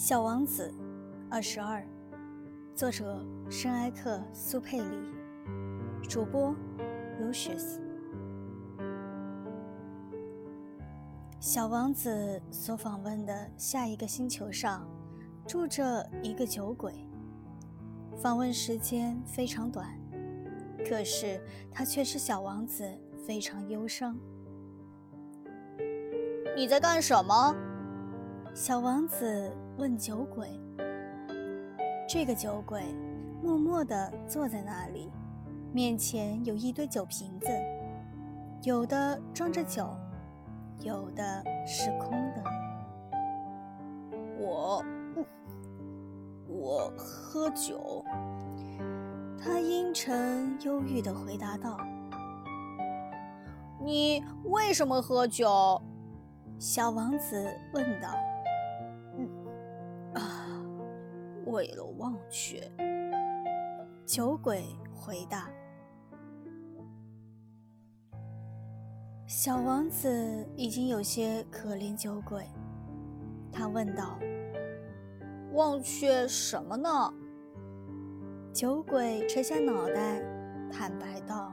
小王子22，作者圣埃克苏佩里，主播 Lucius。小王子所访问的下一个星球上住着一个酒鬼，访问时间非常短，可是他却使小王子非常忧伤。 你在干什么？ 小王子问酒鬼。这个酒鬼默默地坐在那里，面前有一堆酒瓶子，有的装着酒，有的是空的。 我喝酒。 他阴沉忧郁地回答道。 你为什么喝酒？ 小王子问道。 为了忘却。 酒鬼回答。小王子已经有些可怜酒鬼，他问道： 忘却什么呢？ 酒鬼垂下脑袋，坦白道：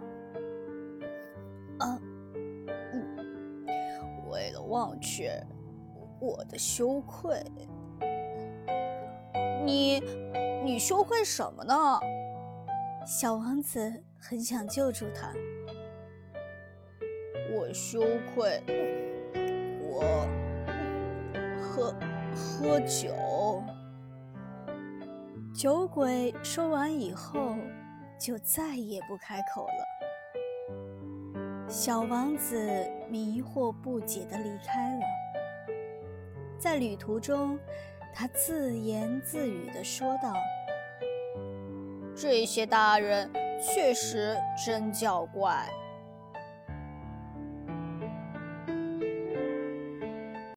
为了忘却我的羞愧。你羞愧什么呢？ 小王子很想救助他。 我羞愧，我喝酒。 酒鬼说完以后，就再也不开口了。小王子迷惑不解地离开了。在旅途中，他自言自语地说道： 这些大人确实真叫怪。